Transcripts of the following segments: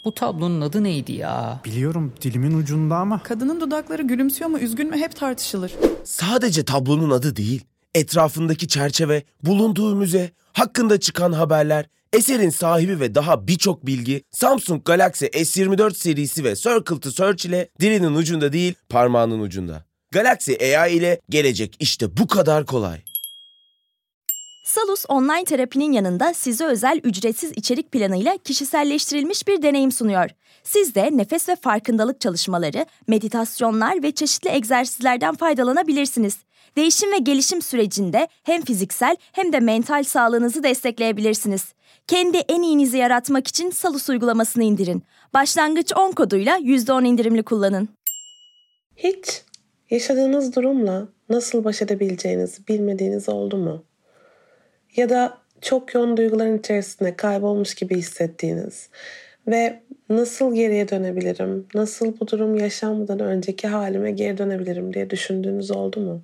Bu tablonun adı neydi ya? Biliyorum, dilimin ucunda ama. Kadının dudakları gülümsüyor mu, üzgün mü hep tartışılır. Sadece tablonun adı değil, etrafındaki çerçeve, bulunduğu müze, hakkında çıkan haberler, eserin sahibi ve daha birçok bilgi Samsung Galaxy S24 serisi ve Circle to Search ile dilinin ucunda değil, parmağının ucunda. Galaxy AI ile gelecek işte bu kadar kolay. Salus online terapinin yanında size özel ücretsiz içerik planıyla kişiselleştirilmiş bir deneyim sunuyor. Siz de nefes ve farkındalık çalışmaları, meditasyonlar ve çeşitli egzersizlerden faydalanabilirsiniz. Değişim ve gelişim sürecinde hem fiziksel hem de mental sağlığınızı destekleyebilirsiniz. Kendi en iyinizi yaratmak için Salus uygulamasını indirin. Başlangıç 10 koduyla %10 indirimli kullanın. Hiç yaşadığınız durumla nasıl baş edebileceğinizi bilmediğiniz oldu mu? Ya da çok yoğun duyguların içerisinde kaybolmuş gibi hissettiğiniz ve nasıl geriye dönebilirim, nasıl bu durum yaşanmadan önceki halime geri dönebilirim diye düşündüğünüz oldu mu?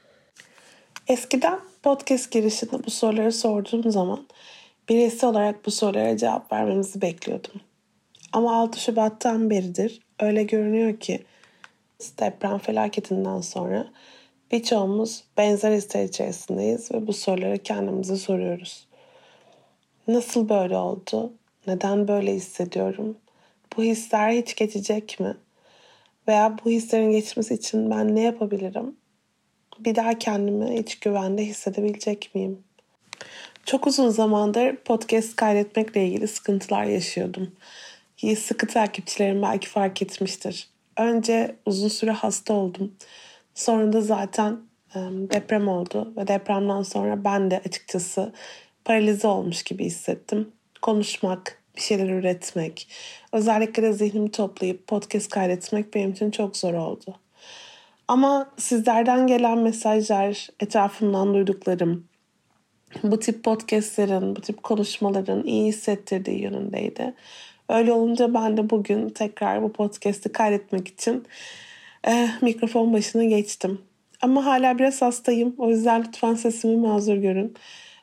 Eskiden podcast girişinde bu soruları sorduğum zaman bireysel olarak bu sorulara cevap vermemizi bekliyordum. Ama 6 Şubat'tan beridir öyle görünüyor ki deprem felaketinden sonra birçoğumuz benzer hisler içerisindeyiz ve bu soruları kendimize soruyoruz. Nasıl böyle oldu? Neden böyle hissediyorum? Bu hisler hiç geçecek mi? Veya bu hislerin geçmesi için ben ne yapabilirim? Bir daha kendimi hiç güvende hissedebilecek miyim? Çok uzun zamandır podcast kaydetmekle ilgili sıkıntılar yaşıyordum. Sıkı takipçilerim belki fark etmiştir. Önce uzun süre hasta oldum. Sonra da zaten deprem oldu ve depremden sonra ben de açıkçası paralize olmuş gibi hissettim. Konuşmak, bir şeyler üretmek, özellikle de zihnimi toplayıp podcast kaydetmek benim için çok zor oldu. Ama sizlerden gelen mesajlar, etrafımdan duyduklarım, bu tip podcastlerin, bu tip konuşmaların iyi hissettirdiği yönündeydi. Öyle olunca ben de bugün tekrar bu podcast'i kaydetmek için mikrofon başına geçtim. Ama hala biraz hastayım. O yüzden lütfen sesimi mazur görün.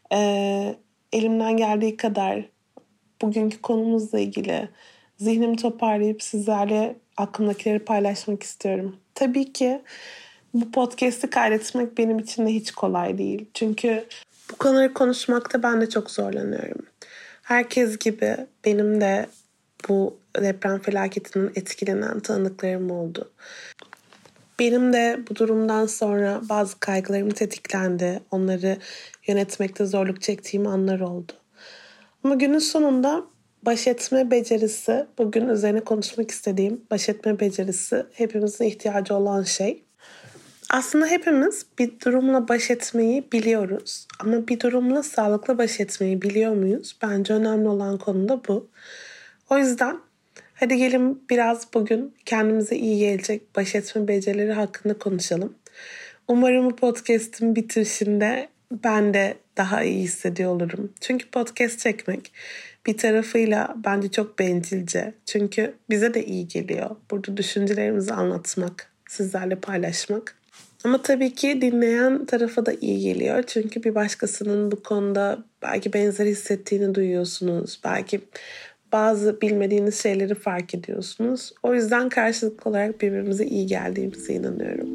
Elimden geldiği kadar bugünkü konumuzla ilgili zihnimi toparlayıp sizlerle aklımdakileri paylaşmak istiyorum. Tabii ki bu podcast'i kaydetmek benim için de hiç kolay değil. Çünkü bu konuları konuşmakta ben de çok zorlanıyorum. Herkes gibi benim de bu deprem felaketinin etkilenen tanıdıklarım oldu. Benim de bu durumdan sonra bazı kaygılarım tetiklendi. Onları yönetmekte zorluk çektiğim anlar oldu. Ama günün sonunda baş etme becerisi, bugün üzerine konuşmak istediğim baş etme becerisi hepimizin ihtiyacı olan şey. Aslında hepimiz bir durumla baş etmeyi biliyoruz. Ama bir durumla sağlıklı baş etmeyi biliyor muyuz? Bence önemli olan konu da bu. O yüzden hadi gelin biraz bugün kendimize iyi gelecek baş etme becerileri hakkında konuşalım. Umarım bu podcast'in bitirişinde ben de daha iyi hissediyor olurum. Çünkü podcast çekmek bir tarafıyla bence çok bencilce. Çünkü bize de iyi geliyor. Burada düşüncelerimizi anlatmak, sizlerle paylaşmak. Ama tabii ki dinleyen tarafa da iyi geliyor. Çünkü bir başkasının bu konuda belki benzer hissettiğini duyuyorsunuz. Belki bazı bilmediğiniz şeyleri fark ediyorsunuz. O yüzden karşılıklı olarak birbirimize iyi geldiğimize inanıyorum.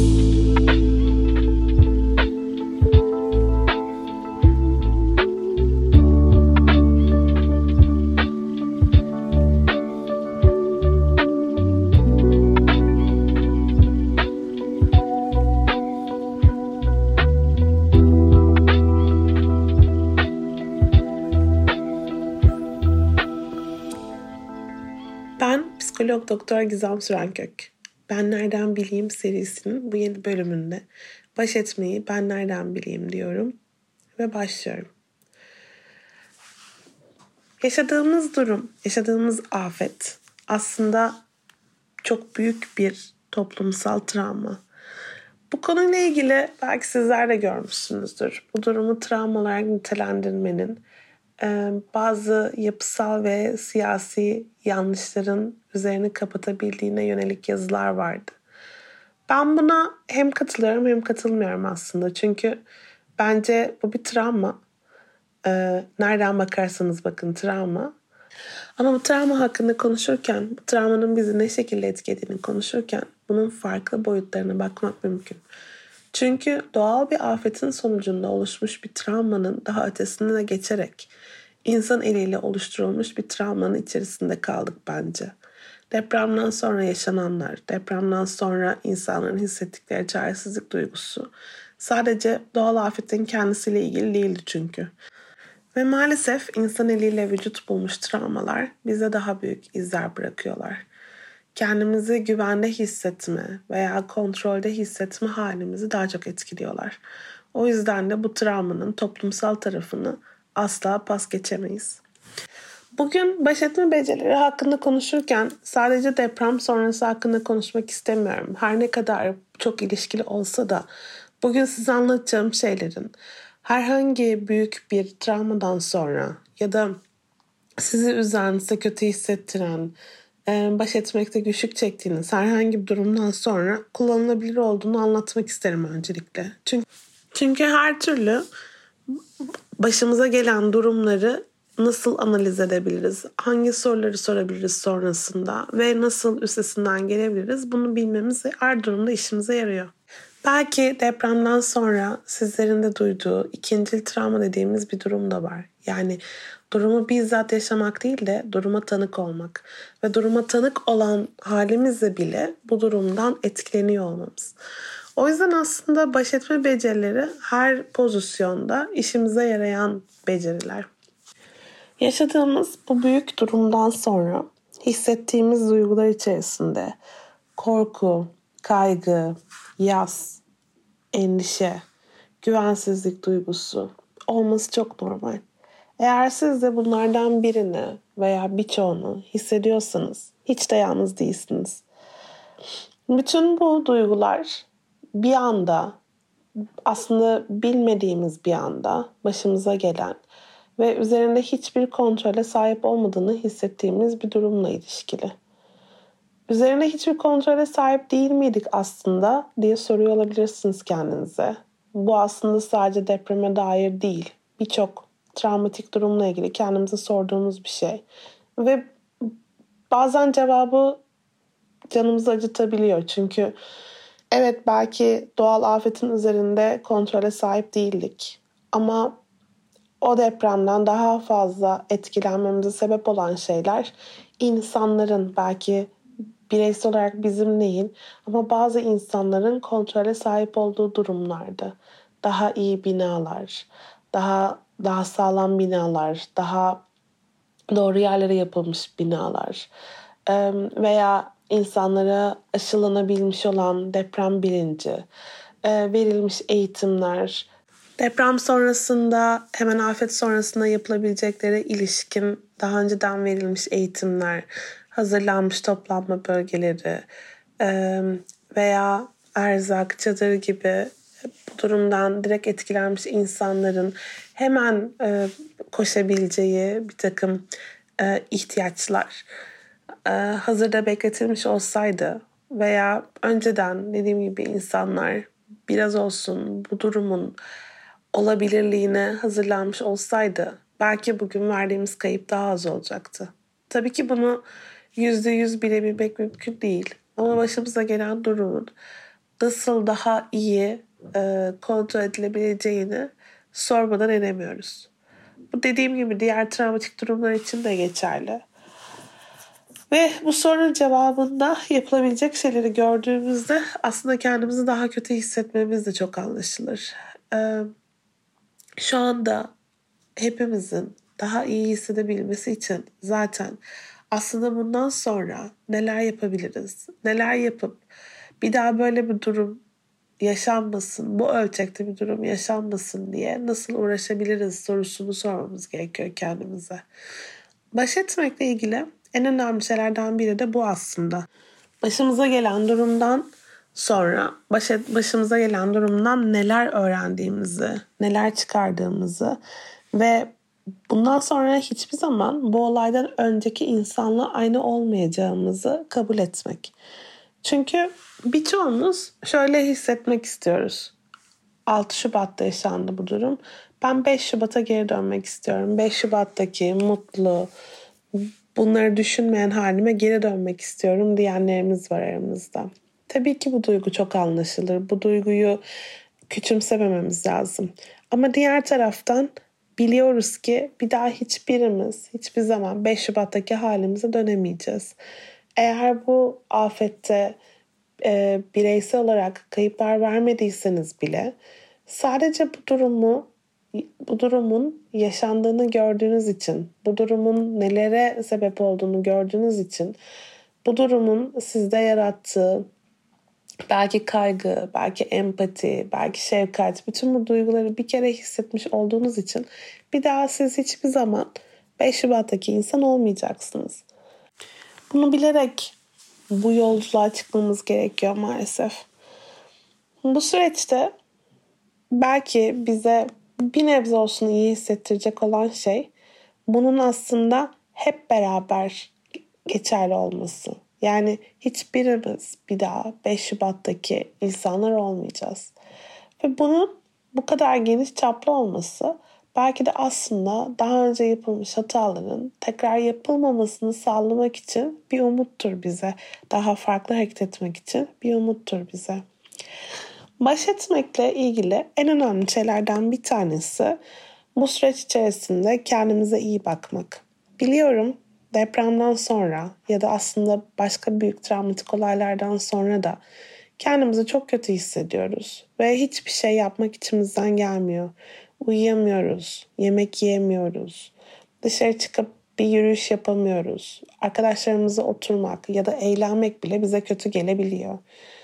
Ben psikolog doktor Gizem Sürenkök. Ben Nereden Bileyim serisinin bu yeni bölümünde baş etmeyi ben nereden bileyim diyorum ve başlıyorum. Yaşadığımız durum, yaşadığımız afet aslında çok büyük bir toplumsal travma. Bu konuyla ilgili belki sizler de görmüşsünüzdür. Bu durumu travma olarak nitelendirmenin bazı yapısal ve siyasi yanlışların üzerini kapatabildiğine yönelik yazılar vardı. Ben buna hem katılıyorum hem katılmıyorum aslında. Çünkü bence bu bir travma. Nereden bakarsanız bakın travma. Ama bu travma hakkında konuşurken, bu travmanın bizi ne şekilde etkilediğini konuşurken bunun farklı boyutlarına bakmak mümkün. Çünkü doğal bir afetin sonucunda oluşmuş bir travmanın daha ötesine geçerek insan eliyle oluşturulmuş bir travmanın içerisinde kaldık bence. Depremden sonra yaşananlar, depremden sonra insanların hissettikleri çaresizlik duygusu sadece doğal afetin kendisiyle ilgili değildi çünkü. Ve maalesef insan eliyle vücut bulmuş travmalar bize daha büyük izler bırakıyorlar. Kendimizi güvende hissetme veya kontrolde hissetme halimizi daha çok etkiliyorlar. O yüzden de bu travmanın toplumsal tarafını asla pas geçemeyiz. Bugün baş etme becerileri hakkında konuşurken sadece deprem sonrası hakkında konuşmak istemiyorum. Her ne kadar çok ilişkili olsa da bugün size anlatacağım şeylerin herhangi büyük bir travmadan sonra ya da sizi üzen, size kötü hissettiren, baş etmekte güçlük çektiğiniz herhangi bir durumdan sonra kullanılabilir olduğunu anlatmak isterim öncelikle. Çünkü her türlü başımıza gelen durumları nasıl analiz edebiliriz, hangi soruları sorabiliriz sonrasında ve nasıl üstesinden gelebiliriz bunu bilmemiz her durumda işimize yarıyor. Belki depremden sonra sizlerin de duyduğu ikincil travma dediğimiz bir durum da var. Yani durumu bizzat yaşamak değil de duruma tanık olmak ve duruma tanık olan halimizle bile bu durumdan etkileniyor olmamız. O yüzden aslında baş etme becerileri her pozisyonda işimize yarayan beceriler. Yaşadığımız bu büyük durumdan sonra hissettiğimiz duygular içerisinde korku, kaygı, yas, endişe, güvensizlik duygusu olması çok normal. Eğer siz de bunlardan birini veya birçoğunu hissediyorsanız hiç de yalnız değilsiniz. Bütün bu duygular bir anda, aslında bilmediğimiz bir anda başımıza gelen ve üzerinde hiçbir kontrole sahip olmadığını hissettiğimiz bir durumla ilişkili. Üzerinde hiçbir kontrole sahip değil miydik aslında diye soruyor olabilirsiniz kendinize. Bu aslında sadece depreme dair değil, birçok travmatik durumla ilgili kendimize sorduğumuz bir şey. Ve bazen cevabı canımızı acıtabiliyor. Çünkü evet belki doğal afetin üzerinde kontrole sahip değildik. Ama o depremden daha fazla etkilenmemize sebep olan şeyler insanların belki bireysel olarak bizim değil ama bazı insanların kontrole sahip olduğu durumlardı. Daha iyi binalar, daha sağlam binalar, daha doğru yerlere yapılmış binalar veya insanlara aşılanabilmiş olan deprem bilinci, verilmiş eğitimler, deprem sonrasında hemen afet sonrasında yapılabilecekleri ilişkin daha önceden verilmiş eğitimler, hazırlanmış toplanma bölgeleri veya erzak, çadır gibi bu durumdan direkt etkilenmiş insanların hemen koşabileceği bir takım ihtiyaçlar hazırda bekletilmiş olsaydı veya önceden dediğim gibi insanlar biraz olsun bu durumun olabilirliğine hazırlanmış olsaydı belki bugün verdiğimiz kayıp daha az olacaktı. Tabii ki bunu %100 bilebilmek mümkün değil. Ama başımıza gelen durumun nasıl daha iyi kontrol edilebileceğini sormadan edemiyoruz. Bu dediğim gibi diğer travmatik durumlar için de geçerli. Ve bu sorunun cevabında yapılabilecek şeyleri gördüğümüzde aslında kendimizi daha kötü hissetmemiz de çok anlaşılır. Şu anda hepimizin daha iyi hissedebilmesi için zaten aslında bundan sonra neler yapabiliriz, neler yapıp bir daha böyle bir durum yaşanmasın, bu ölçekte bir durum yaşanmasın diye nasıl uğraşabiliriz sorusunu sormamız gerekiyor kendimize. Baş etmekle ilgili en önemli şeylerden biri de bu aslında. Başımıza gelen durumdan sonra, başımıza gelen durumdan neler öğrendiğimizi, neler çıkardığımızı ve bundan sonra hiçbir zaman bu olaydan önceki insanla aynı olmayacağımızı kabul etmek. Çünkü birçoğumuz şöyle hissetmek istiyoruz. 6 Şubat'ta yaşandı bu durum. Ben 5 Şubat'a geri dönmek istiyorum. 5 Şubat'taki mutlu, bunları düşünmeyen halime geri dönmek istiyorum diyenlerimiz var aramızda. Tabii ki bu duygu çok anlaşılır. Bu duyguyu küçümsemememiz lazım. Ama diğer taraftan biliyoruz ki bir daha hiçbirimiz hiçbir zaman 5 Şubat'taki halimize dönemeyeceğiz. Eğer bu afette bireysel olarak kayıplar vermediyseniz bile sadece bu durumun yaşandığını gördüğünüz için, bu durumun nelere sebep olduğunu gördüğünüz için, bu durumun sizde yarattığı belki kaygı, belki empati, belki şefkat, bütün bu duyguları bir kere hissetmiş olduğunuz için bir daha siz hiçbir zaman 5 Şubat'taki insan olmayacaksınız. Bunu bilerek bu yolculuğa çıkmamız gerekiyor maalesef. Bu süreçte belki bize bir nebze olsun iyi hissettirecek olan şey bunun aslında hep beraber geçerli olması. Yani hiçbirimiz bir daha 5 Şubat'taki insanlar olmayacağız. Ve bunun bu kadar geniş çaplı olması belki de aslında daha önce yapılmış hataların tekrar yapılmamasını sağlamak için bir umuttur bize. Daha farklı hareket etmek için bir umuttur bize. Baş etmekle ilgili en önemli şeylerden bir tanesi bu süreç içerisinde kendimize iyi bakmak. Biliyorum depremden sonra ya da aslında başka büyük travmatik olaylardan sonra da kendimizi çok kötü hissediyoruz ve hiçbir şey yapmak içimizden gelmiyor. Uyuyamıyoruz, yemek yiyemiyoruz, dışarı çıkıp bir yürüyüş yapamıyoruz. Arkadaşlarımızla oturmak ya da eğlenmek bile bize kötü gelebiliyor.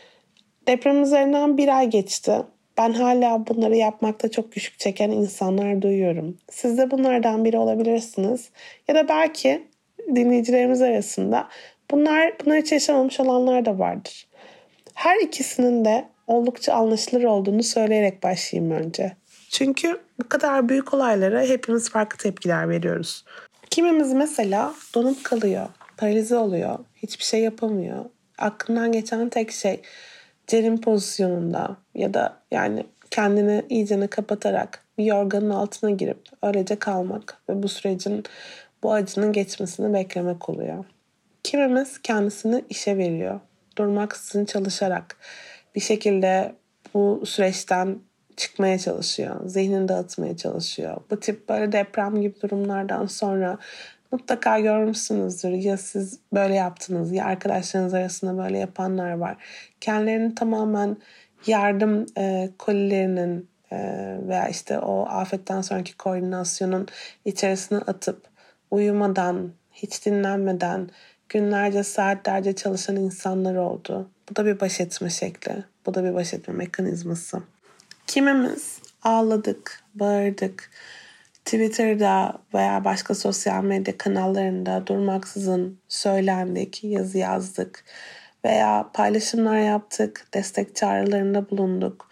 Deprem üzerinden 1 ay geçti. Ben hala bunları yapmakta çok güçlük çeken insanlar duyuyorum. Siz de bunlardan biri olabilirsiniz. Ya da belki dinleyicilerimiz arasında bunlar hiç yaşamamış olanlar da vardır. Her ikisinin de oldukça anlaşılır olduğunu söyleyerek başlayayım önce. Çünkü bu kadar büyük olaylara hepimiz farklı tepkiler veriyoruz. Kimimiz mesela donup kalıyor, paralize oluyor, hiçbir şey yapamıyor. Aklından geçen tek şey cenin pozisyonunda ya da yani kendini iyicene kapatarak bir yorganın altına girip öylece kalmak ve bu acının geçmesini beklemek oluyor. Kimimiz kendisini işe veriyor, durmaksızın çalışarak bir şekilde bu süreçten çıkmaya çalışıyor, zihnini dağıtmaya çalışıyor. Bu tip böyle deprem gibi durumlardan sonra mutlaka görmüşsünüzdür. Ya siz böyle yaptınız ya arkadaşlarınız arasında böyle yapanlar var. Kendilerini tamamen yardım kolilerinin veya işte o afetten sonraki koordinasyonun içerisine atıp uyumadan, hiç dinlenmeden günlerce, saatlerce çalışan insanlar oldu. Bu da bir baş etme şekli. Bu da bir baş etme mekanizması. Kimimiz ağladık, bağırdık. Twitter'da veya başka sosyal medya kanallarında durmaksızın söylendik, yazı yazdık veya paylaşımlar yaptık, destek çağrılarında bulunduk.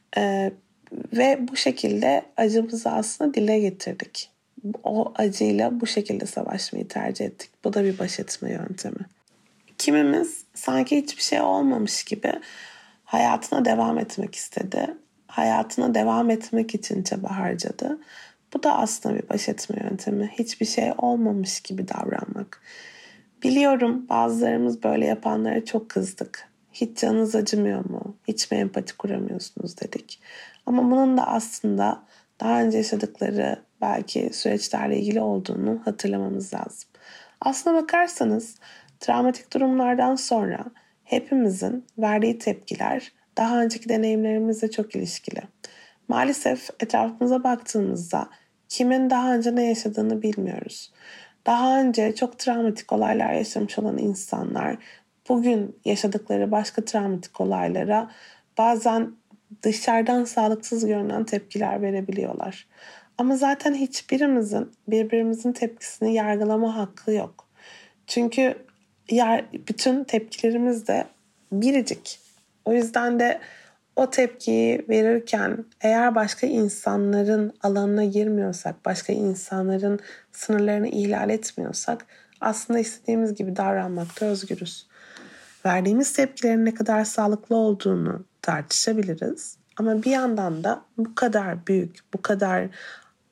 Ve bu şekilde acımızı aslında dile getirdik. O acıyla bu şekilde savaşmayı tercih ettik. Bu da bir baş etme yöntemi. Kimimiz sanki hiçbir şey olmamış gibi hayatına devam etmek istedi. Hayatına devam etmek için çaba harcadı. Bu da aslında bir baş etme yöntemi. Hiçbir şey olmamış gibi davranmak. Biliyorum bazılarımız böyle yapanlara çok kızdık. Hiç canınız acımıyor mu? Hiç mi empati kuramıyorsunuz dedik. Ama bunun da aslında daha önce yaşadıkları belki süreçlerle ilgili olduğunu hatırlamamız lazım. Aslına bakarsanız travmatik durumlardan sonra hepimizin verdiği tepkiler daha önceki deneyimlerimizle çok ilişkili. Maalesef etrafımıza baktığımızda kimin daha önce ne yaşadığını bilmiyoruz. Daha önce çok travmatik olaylar yaşamış olan insanlar bugün yaşadıkları başka travmatik olaylara bazen dışarıdan sağlıksız görünen tepkiler verebiliyorlar. Ama zaten hiçbirimizin birbirimizin tepkisini yargılama hakkı yok. Çünkü bütün tepkilerimiz de biricik. O yüzden de o tepkiyi verirken eğer başka insanların alanına girmiyorsak, başka insanların sınırlarını ihlal etmiyorsak aslında istediğimiz gibi davranmakta özgürüz. Verdiğimiz tepkilerin ne kadar sağlıklı olduğunu tartışabiliriz. Ama bir yandan da bu kadar büyük, bu kadar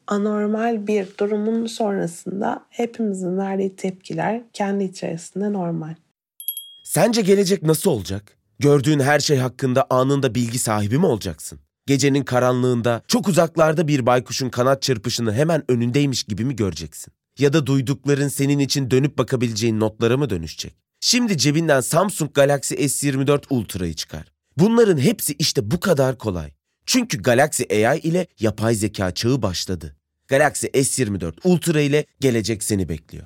anormal bir durumun sonrasında hepimizin verdiği tepkiler kendi içerisinde normal. Sence gelecek nasıl olacak? Gördüğün her şey hakkında anında bilgi sahibi mi olacaksın? Gecenin karanlığında çok uzaklarda bir baykuşun kanat çırpışını hemen önündeymiş gibi mi göreceksin? Ya da duydukların senin için dönüp bakabileceğin notlara mı dönüşecek? Şimdi cebinden Samsung Galaxy S24 Ultra'yı çıkar. Bunların hepsi işte bu kadar kolay. Çünkü Galaxy AI ile yapay zeka çağı başladı. Galaxy S24 Ultra ile gelecek seni bekliyor.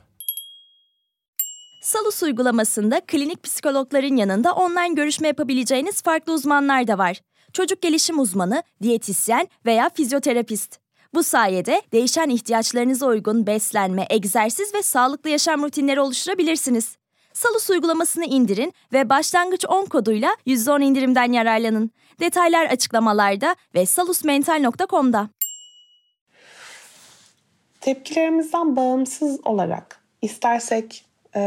Salus uygulamasında klinik psikologların yanında online görüşme yapabileceğiniz farklı uzmanlar da var. Çocuk gelişim uzmanı, diyetisyen veya fizyoterapist. Bu sayede değişen ihtiyaçlarınıza uygun beslenme, egzersiz ve sağlıklı yaşam rutinleri oluşturabilirsiniz. Salus uygulamasını indirin ve başlangıç 10 koduyla %10 indirimden yararlanın. Detaylar açıklamalarda ve salusmental.com'da. Tepkilerimizden bağımsız olarak istersek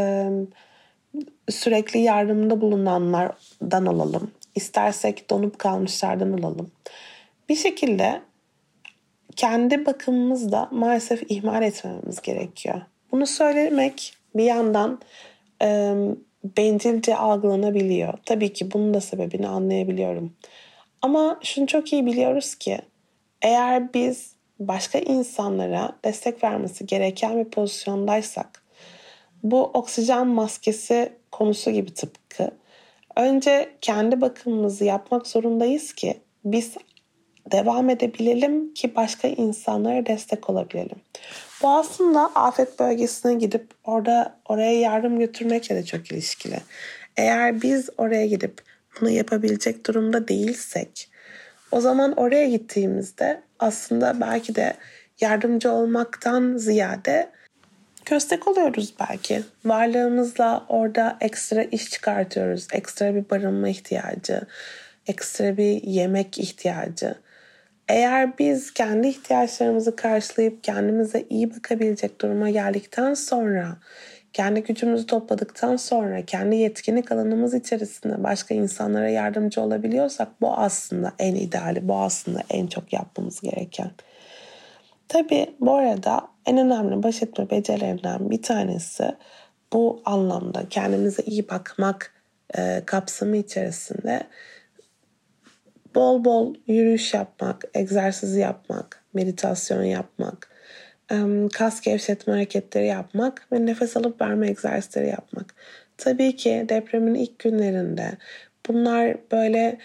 sürekli yardımda bulunanlardan olalım, istersek donup kalmışlardan olalım. Bir şekilde kendi bakımımızı da maalesef ihmal etmememiz gerekiyor. Bunu söylemek bir yandan bencilce algılanabiliyor. Tabii ki bunun da sebebini anlayabiliyorum. Ama şunu çok iyi biliyoruz ki eğer biz başka insanlara destek vermesi gereken bir pozisyondaysak, bu oksijen maskesi konusu gibi tıpkı. Önce kendi bakımımızı yapmak zorundayız ki biz devam edebilelim ki başka insanlara destek olabilelim. Bu aslında afet bölgesine gidip oraya yardım götürmekle de çok ilişkili. Eğer biz oraya gidip bunu yapabilecek durumda değilsek, o zaman oraya gittiğimizde aslında belki de yardımcı olmaktan ziyade köstek oluyoruz belki. Varlığımızla orada ekstra iş çıkartıyoruz. Ekstra bir barınma ihtiyacı, ekstra bir yemek ihtiyacı. Eğer biz kendi ihtiyaçlarımızı karşılayıp kendimize iyi bakabilecek duruma geldikten sonra, kendi gücümüzü topladıktan sonra, kendi yetkinlik alanımız içerisinde başka insanlara yardımcı olabiliyorsak bu aslında en ideali, bu aslında en çok yapmamız gereken. Tabii bu arada en önemli baş etme becerilerinden bir tanesi bu anlamda kendimize iyi bakmak kapsamı içerisinde bol bol yürüyüş yapmak, egzersizi yapmak, meditasyon yapmak, kas gevşetme hareketleri yapmak ve nefes alıp verme egzersizleri yapmak. Tabii ki depremin ilk günlerinde bunlar böyle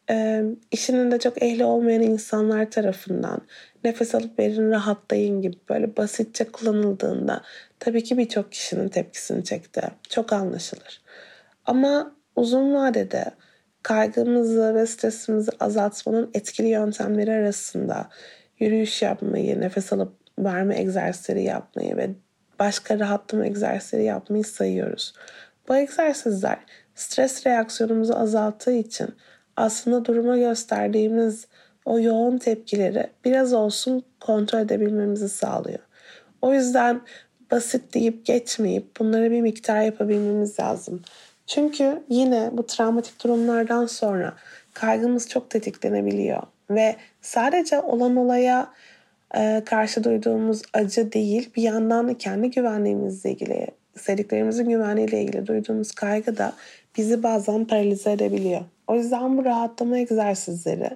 işinin de çok ehli olmayan insanlar tarafından nefes alıp verin, rahatlayın gibi böyle basitçe kullanıldığında tabii ki birçok kişinin tepkisini çekti. Çok anlaşılır. Ama uzun vadede kaygımızı ve stresimizi azaltmanın etkili yöntemleri arasında yürüyüş yapmayı, nefes alıp verme egzersizleri yapmayı ve başka rahatlama egzersizleri yapmayı sayıyoruz. Bu egzersizler stres reaksiyonumuzu azalttığı için aslında duruma gösterdiğimiz o yoğun tepkileri biraz olsun kontrol edebilmemizi sağlıyor. O yüzden basit deyip geçmeyip bunları bir miktar yapabilmemiz lazım. Çünkü yine bu travmatik durumlardan sonra kaygımız çok tetiklenebiliyor. Ve sadece olan olaya karşı duyduğumuz acı değil, bir yandan da kendi güvenliğimizle ilgili, sevdiklerimizin güvenliğiyle ilgili duyduğumuz kaygı da bizi bazen paralize edebiliyor. O yüzden bu rahatlama egzersizleri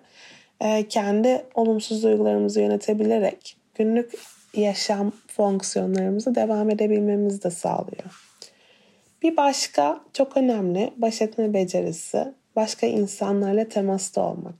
kendi olumsuz duygularımızı yönetebilerek günlük yaşam fonksiyonlarımızı devam edebilmemizi de sağlıyor. Bir başka çok önemli baş etme becerisi başka insanlarla temasta olmak.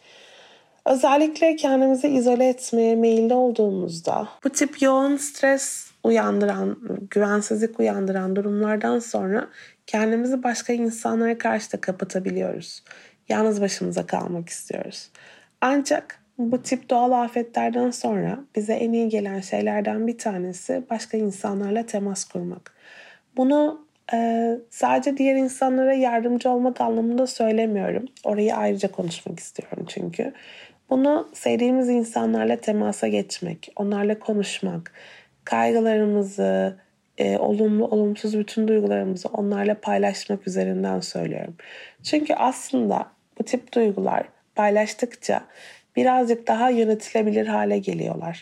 Özellikle kendimizi izole etmeye meyilli olduğumuzda bu tip yoğun stres uyandıran, güvensizlik uyandıran durumlardan sonra kendimizi başka insanlara karşı da kapatabiliyoruz. Yalnız başımıza kalmak istiyoruz. Ancak bu tip doğal afetlerden sonra bize en iyi gelen şeylerden bir tanesi başka insanlarla temas kurmak. Bunu sadece diğer insanlara yardımcı olmak anlamında söylemiyorum. Orayı ayrıca konuşmak istiyorum çünkü. Bunu sevdiğimiz insanlarla temasa geçmek, onlarla konuşmak, kaygılarımızı, olumlu, olumsuz bütün duygularımızı onlarla paylaşmak üzerinden söylüyorum. Çünkü aslında bu tip duygular paylaştıkça birazcık daha yönetilebilir hale geliyorlar.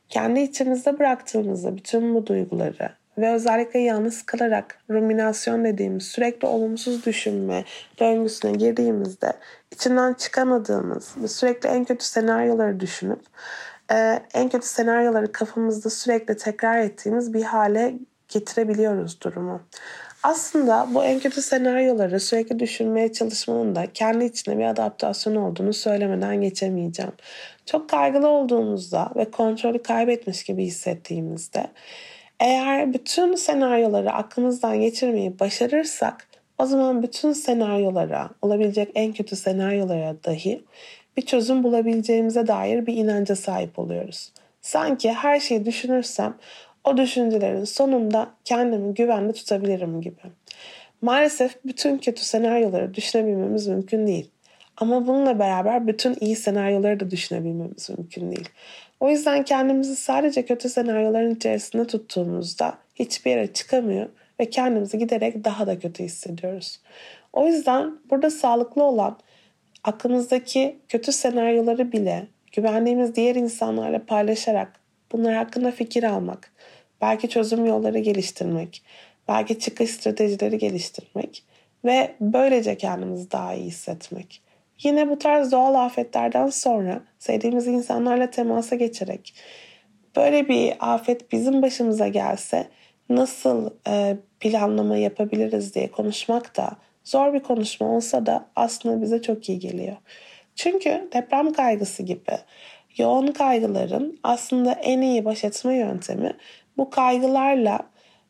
Kendi içimizde bıraktığımızda bütün bu duyguları ve özellikle yalnız kalarak ruminasyon dediğimiz sürekli olumsuz düşünme döngüsüne girdiğimizde içinden çıkamadığımız ve sürekli en kötü senaryoları düşünüp en kötü senaryoları kafamızda sürekli tekrar ettiğimiz bir hale getirebiliyoruz durumu. Aslında bu en kötü senaryoları sürekli düşünmeye çalışmanın da kendi içinde bir adaptasyon olduğunu söylemeden geçemeyeceğim. Çok kaygılı olduğumuzda ve kontrolü kaybetmiş gibi hissettiğimizde eğer bütün senaryoları aklımızdan geçirmeyi başarırsak o zaman bütün senaryolara, olabilecek en kötü senaryolara dahi bir çözüm bulabileceğimize dair bir inanca sahip oluyoruz. Sanki her şeyi düşünürsem o düşüncelerin sonunda kendimi güvende tutabilirim gibi. Maalesef bütün kötü senaryoları düşünebilmemiz mümkün değil. Ama bununla beraber bütün iyi senaryoları da düşünebilmemiz mümkün değil. O yüzden kendimizi sadece kötü senaryoların içerisinde tuttuğumuzda hiçbir yere çıkamıyor ve kendimizi giderek daha da kötü hissediyoruz. O yüzden burada sağlıklı olan aklımızdaki kötü senaryoları bile güvendiğimiz diğer insanlarla paylaşarak bunlar hakkında fikir almak, belki çözüm yolları geliştirmek, belki çıkış stratejileri geliştirmek ve böylece kendimizi daha iyi hissetmek. Yine bu tarz doğal afetlerden sonra sevdiğimiz insanlarla temasa geçerek böyle bir afet bizim başımıza gelse nasıl planlama yapabiliriz diye konuşmak da zor bir konuşma olsa da aslında bize çok iyi geliyor. Çünkü deprem kaygısı gibi yoğun kaygıların aslında en iyi baş etme yöntemi bu kaygılarla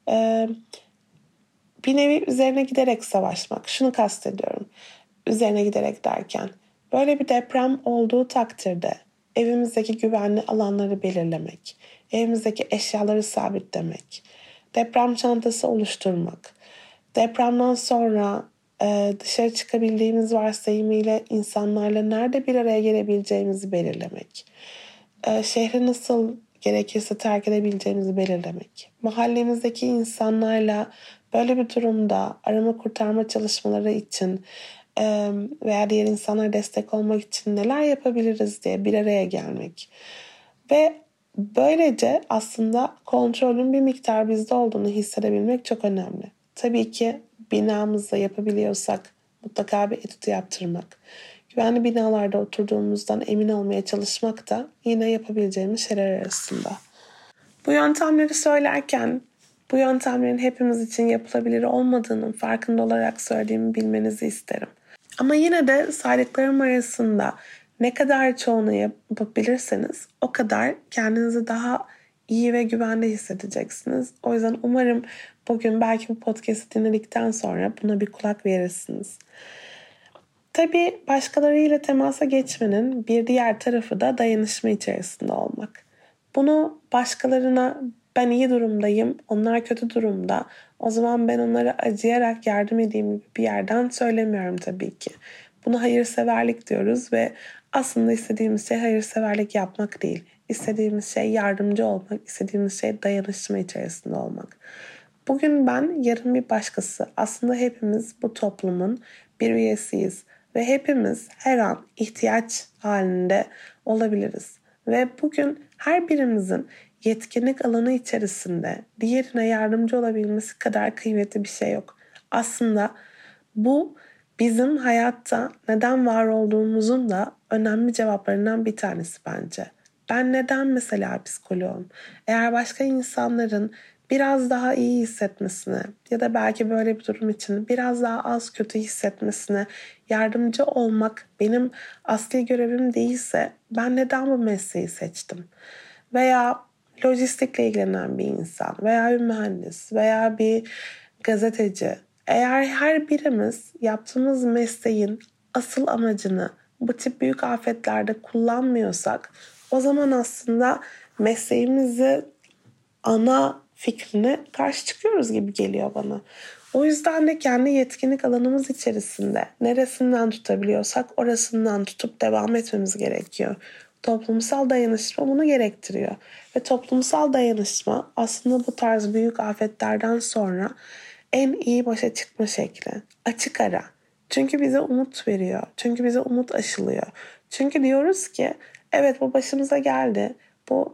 bir nevi üzerine giderek savaşmak. Şunu kastediyorum. Üzerine giderek derken böyle bir deprem olduğu takdirde evimizdeki güvenli alanları belirlemek, evimizdeki eşyaları sabitlemek, deprem çantası oluşturmak, depremden sonra dışarı çıkabildiğimiz varsayımıyla insanlarla nerede bir araya gelebileceğimizi belirlemek, şehri nasıl gerekirse terk edebileceğimizi belirlemek, mahallemizdeki insanlarla böyle bir durumda arama kurtarma çalışmaları için veya diğer insanlara destek olmak için neler yapabiliriz diye bir araya gelmek. Ve böylece aslında kontrolün bir miktar bizde olduğunu hissedebilmek çok önemli. Tabii ki binamızda yapabiliyorsak mutlaka bir etüdü yaptırmak. Güvenli binalarda oturduğumuzdan emin olmaya çalışmak da yine yapabileceğimiz şeyler arasında. Bu yöntemleri söylerken bu yöntemlerin hepimiz için yapılabilir olmadığının farkında olarak söylediğimi bilmenizi isterim. Ama yine de saydıklarım arasında ne kadar çoğunu yapabilirseniz o kadar kendinizi daha iyi ve güvende hissedeceksiniz. O yüzden umarım bugün belki bu podcast'i dinledikten sonra buna bir kulak verirsiniz. Tabii başkalarıyla temasa geçmenin bir diğer tarafı da dayanışma içerisinde olmak. Bunu başkalarına ben iyi durumdayım, onlar kötü durumda, o zaman ben onlara acıyarak yardım edeyim gibi bir yerden söylemiyorum tabii ki. Buna hayırseverlik diyoruz ve aslında istediğimiz şey hayırseverlik yapmak değil. İstediğimiz şey yardımcı olmak, istediğimiz şey dayanışma içerisinde olmak. Bugün ben, yarın bir başkası. Aslında hepimiz bu toplumun bir üyesiyiz ve hepimiz her an ihtiyaç halinde olabiliriz. Ve bugün her birimizin yetkinlik alanı içerisinde diğerine yardımcı olabilmesi kadar kıymetli bir şey yok. Aslında bu bizim hayatta neden var olduğumuzun da önemli cevaplarından bir tanesi bence. Ben neden mesela psikoloğum? Eğer başka insanların biraz daha iyi hissetmesine ya da belki böyle bir durum için biraz daha az kötü hissetmesine yardımcı olmak benim asli görevim değilse ben neden bu mesleği seçtim? Veya lojistikle ilgilenen bir insan veya bir mühendis veya bir gazeteci. Eğer her birimiz yaptığımız mesleğin asıl amacını bu tip büyük afetlerde kullanmıyorsak o zaman aslında mesleğimizi ana fikrine karşı çıkıyoruz gibi geliyor bana. O yüzden de kendi yetkinlik alanımız içerisinde neresinden tutabiliyorsak orasından tutup devam etmemiz gerekiyor. Toplumsal dayanışma bunu gerektiriyor. Ve toplumsal dayanışma aslında bu tarz büyük afetlerden sonra en iyi başa çıkma şekli. Açık ara. Çünkü bize umut veriyor. Çünkü bize umut aşılıyor. Çünkü diyoruz ki evet bu başımıza geldi.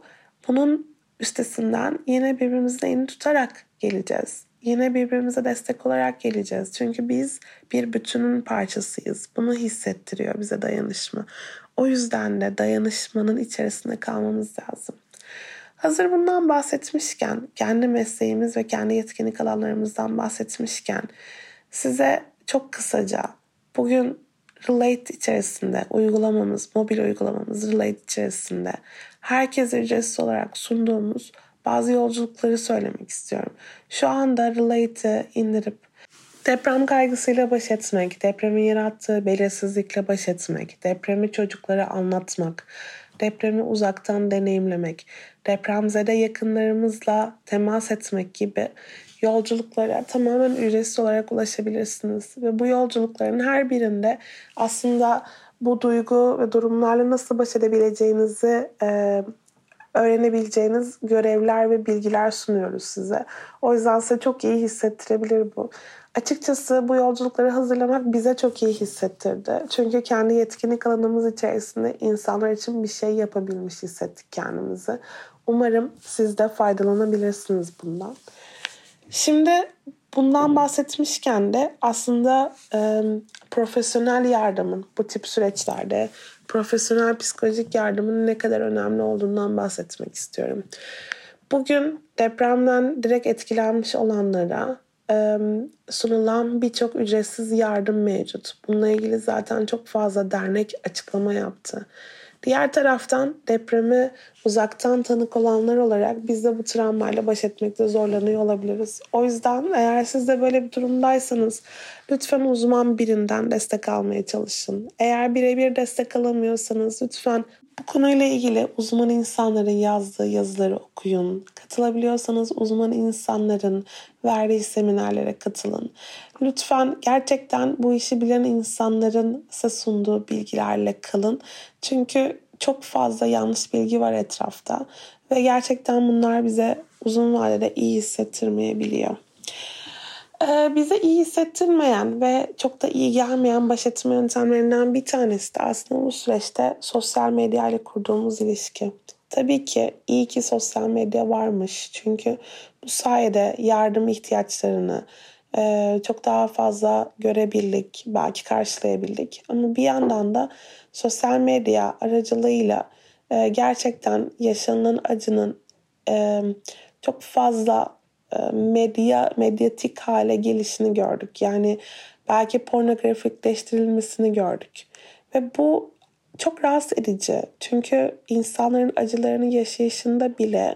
Bunun üstesinden yine birbirimizle elini tutarak geleceğiz. Yine birbirimize destek olarak geleceğiz. Çünkü biz bir bütünün parçasıyız. Bunu hissettiriyor bize dayanışma. O yüzden de dayanışmanın içerisinde kalmamız lazım. Hazır bundan bahsetmişken, kendi mesleğimiz ve kendi yetkinlik alanlarımızdan bahsetmişken size çok kısaca bugün Relate içerisinde uygulamamız, mobil uygulamamız Relate içerisinde herkese ücretsiz olarak sunduğumuz bazı yolculukları söylemek istiyorum. Şu anda Relate'i indirip deprem kaygısıyla baş etmek, depremin yarattığı belirsizlikle baş etmek, depremi çocuklara anlatmak, depremi uzaktan deneyimlemek, depremzede yakınlarımızla temas etmek gibi yolculuklara tamamen ücretsiz olarak ulaşabilirsiniz. Ve bu yolculukların her birinde aslında bu duygu ve durumlarla nasıl baş edebileceğinizi öğrenebileceğiniz görevler ve bilgiler sunuyoruz size. O yüzden size çok iyi hissettirebilir bu. Açıkçası bu yolculukları hazırlamak bize çok iyi hissettirdi. Çünkü kendi yetkinlik alanımız içerisinde insanlar için bir şey yapabilmiş hissettik kendimizi. Umarım siz de faydalanabilirsiniz bundan. Şimdi bundan bahsetmişken de aslında profesyonel yardımın bu tip süreçlerde profesyonel psikolojik yardımın ne kadar önemli olduğundan bahsetmek istiyorum. Bugün depremden direkt etkilenmiş olanlara sunulan birçok ücretsiz yardım mevcut. Bununla ilgili zaten çok fazla dernek açıklama yaptı. Diğer taraftan depremi uzaktan tanık olanlar olarak biz de bu travmayla baş etmekte zorlanıyor olabiliriz. O yüzden eğer siz de böyle bir durumdaysanız lütfen uzman birinden destek almaya çalışın. Eğer birebir destek alamıyorsanız lütfen bu konuyla ilgili uzman insanların yazdığı yazıları okuyun. Katılabiliyorsanız uzman insanların verdiği seminerlere katılın. Lütfen gerçekten bu işi bilen insanların size sunduğu bilgilerle kalın. Çünkü çok fazla yanlış bilgi var etrafta ve gerçekten bunlar bize uzun vadede iyi hissettirmeyebiliyor. Bize iyi hissettirmeyen ve çok da iyi gelmeyen baş etme yöntemlerinden bir tanesi de aslında bu süreçte sosyal medya ile kurduğumuz ilişki. Tabii ki iyi ki sosyal medya varmış. Çünkü bu sayede yardım ihtiyaçlarını çok daha fazla görebildik, belki karşılayabildik. Ama bir yandan da sosyal medya aracılığıyla gerçekten yaşanılan acının çok fazla medyatik hale gelişini gördük. Yani belki pornografikleştirilmesini gördük. Ve bu çok rahatsız edici. Çünkü insanların acılarını yaşayışında bile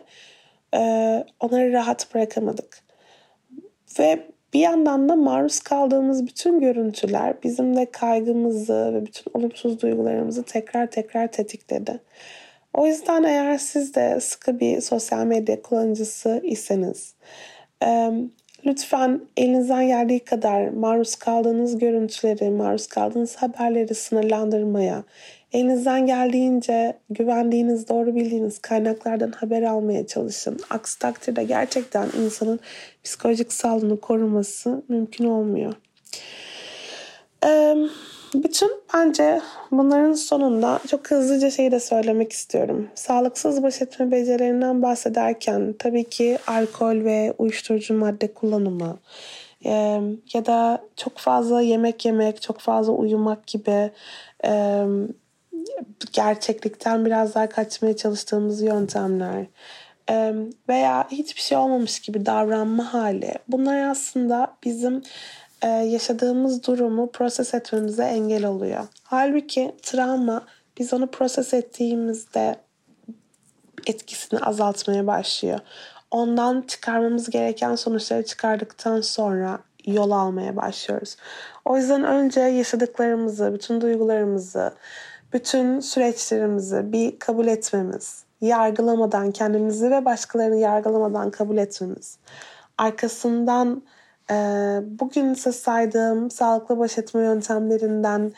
onları rahat bırakamadık. Ve bir yandan da maruz kaldığımız bütün görüntüler bizim de kaygımızı ve bütün olumsuz duygularımızı tekrar tetikledi. O yüzden eğer siz de sıkı bir sosyal medya kullanıcısı iseniz lütfen elinizden geldiği kadar maruz kaldığınız görüntüleri, maruz kaldığınız haberleri sınırlandırmaya, elinizden geldiğince güvendiğiniz, doğru bildiğiniz kaynaklardan haber almaya çalışın. Aksi takdirde gerçekten insanın psikolojik sağlığını koruması mümkün olmuyor. Bütün bence bunların sonunda çok hızlıca şeyi de söylemek istiyorum. Sağlıksız baş etme becerilerinden bahsederken tabii ki alkol ve uyuşturucu madde kullanımı ya da çok fazla yemek yemek, çok fazla uyumak gibi gerçeklikten biraz daha kaçmaya çalıştığımız yöntemler veya hiçbir şey olmamış gibi davranma hali. Bunlar aslında bizim yaşadığımız durumu proses etmemize engel oluyor. Halbuki travma biz onu proses ettiğimizde etkisini azaltmaya başlıyor. Ondan çıkarmamız gereken sonuçları çıkardıktan sonra yol almaya başlıyoruz. O yüzden önce yaşadıklarımızı, bütün duygularımızı, bütün süreçlerimizi bir kabul etmemiz, yargılamadan kendimizi ve başkalarını yargılamadan kabul etmemiz, arkasından bugün size saydığım sağlıklı baş etme yöntemlerinden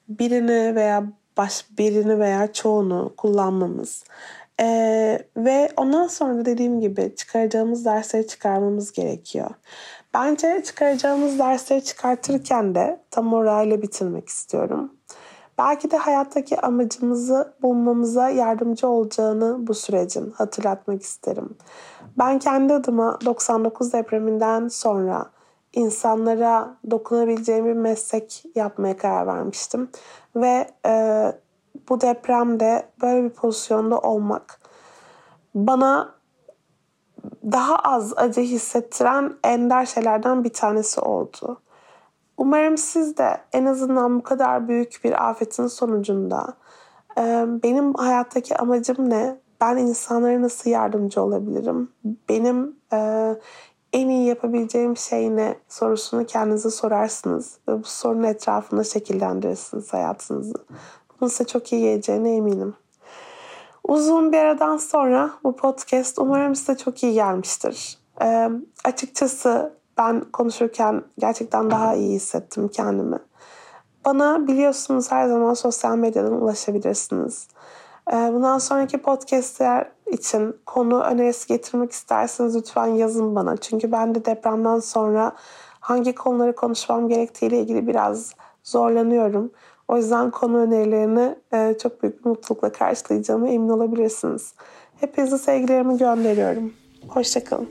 birini veya çoğunu kullanmamız ve ondan sonra dediğim gibi çıkaracağımız dersleri çıkarmamız gerekiyor. Bence çıkaracağımız dersleri çıkartırken de tam orayla bitirmek istiyorum. Belki de hayattaki amacımızı bulmamıza yardımcı olacağını bu sürecin hatırlatmak isterim. Ben kendi adıma 99 depreminden sonra insanlara dokunabileceğim bir meslek yapmaya karar vermiştim. Ve bu depremde böyle bir pozisyonda olmak bana daha az acı hissettiren ender şeylerden bir tanesi oldu. Umarım siz de en azından bu kadar büyük bir afetin sonucunda benim hayattaki amacım ne? Ben insanlara nasıl yardımcı olabilirim? Benim en iyi yapabileceğim şey ne sorusunu kendinize sorarsınız ve bu sorunun etrafında şekillendirirsiniz hayatınızı. Bunun size çok iyi geleceğine eminim. Uzun bir aradan sonra bu podcast umarım size çok iyi gelmiştir. Açıkçası ben konuşurken gerçekten daha iyi hissettim kendimi. Bana biliyorsunuz her zaman sosyal medyadan ulaşabilirsiniz. Bundan sonraki podcastler için konu önerisi getirmek isterseniz lütfen yazın bana. Çünkü ben de depremden sonra hangi konuları konuşmam gerektiğiyle ilgili biraz zorlanıyorum. O yüzden konu önerilerini çok büyük bir mutlulukla karşılayacağıma emin olabilirsiniz. Hepinize sevgilerimi gönderiyorum. Hoşça kalın.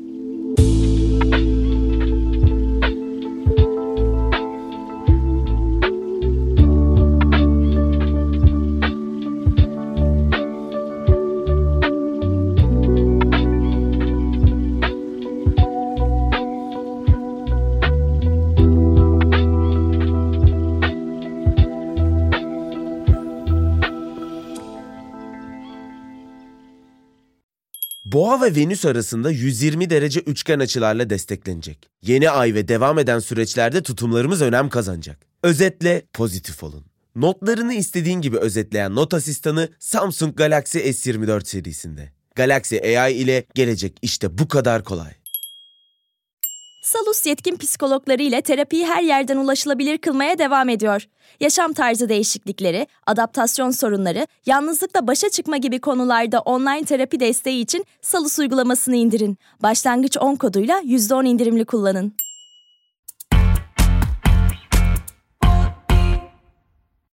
Boğa ve Venüs arasında 120 derece üçgen açılarla desteklenecek. Yeni ay ve devam eden süreçlerde tutumlarımız önem kazanacak. Özetle pozitif olun. Notlarını istediğin gibi özetleyen not asistanı Samsung Galaxy S24 serisinde. Galaxy AI ile gelecek işte bu kadar kolay. Salus yetkin psikologları ile terapiyi her yerden ulaşılabilir kılmaya devam ediyor. Yaşam tarzı değişiklikleri, adaptasyon sorunları, yalnızlıkla başa çıkma gibi konularda online terapi desteği için Salus uygulamasını indirin. Başlangıç 10 koduyla %10 indirimli kullanın.